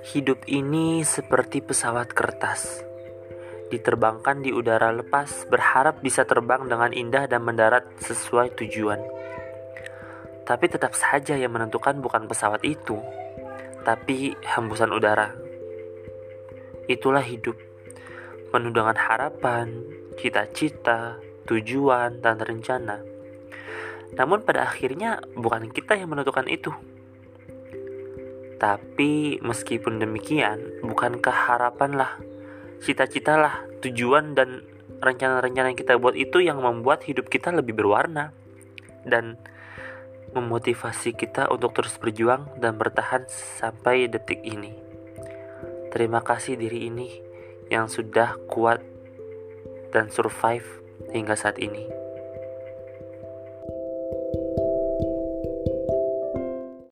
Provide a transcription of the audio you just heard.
Hidup ini seperti pesawat kertas, diterbangkan di udara lepas, berharap bisa terbang dengan indah dan mendarat sesuai tujuan. Tapi tetap saja yang menentukan bukan pesawat itu, tapi hembusan udara. Itulah hidup, penuh dengan harapan, cita-cita, tujuan, dan rencana. Namun pada akhirnya bukan kita yang menentukan itu. Tapi meskipun demikian, bukankah harapanlah, cita-citalah, tujuan dan rencana-rencana yang kita buat itu yang membuat hidup kita lebih berwarna dan memotivasi kita untuk terus berjuang dan bertahan sampai detik ini. Terima kasih diri ini yang sudah kuat dan survive hingga saat ini.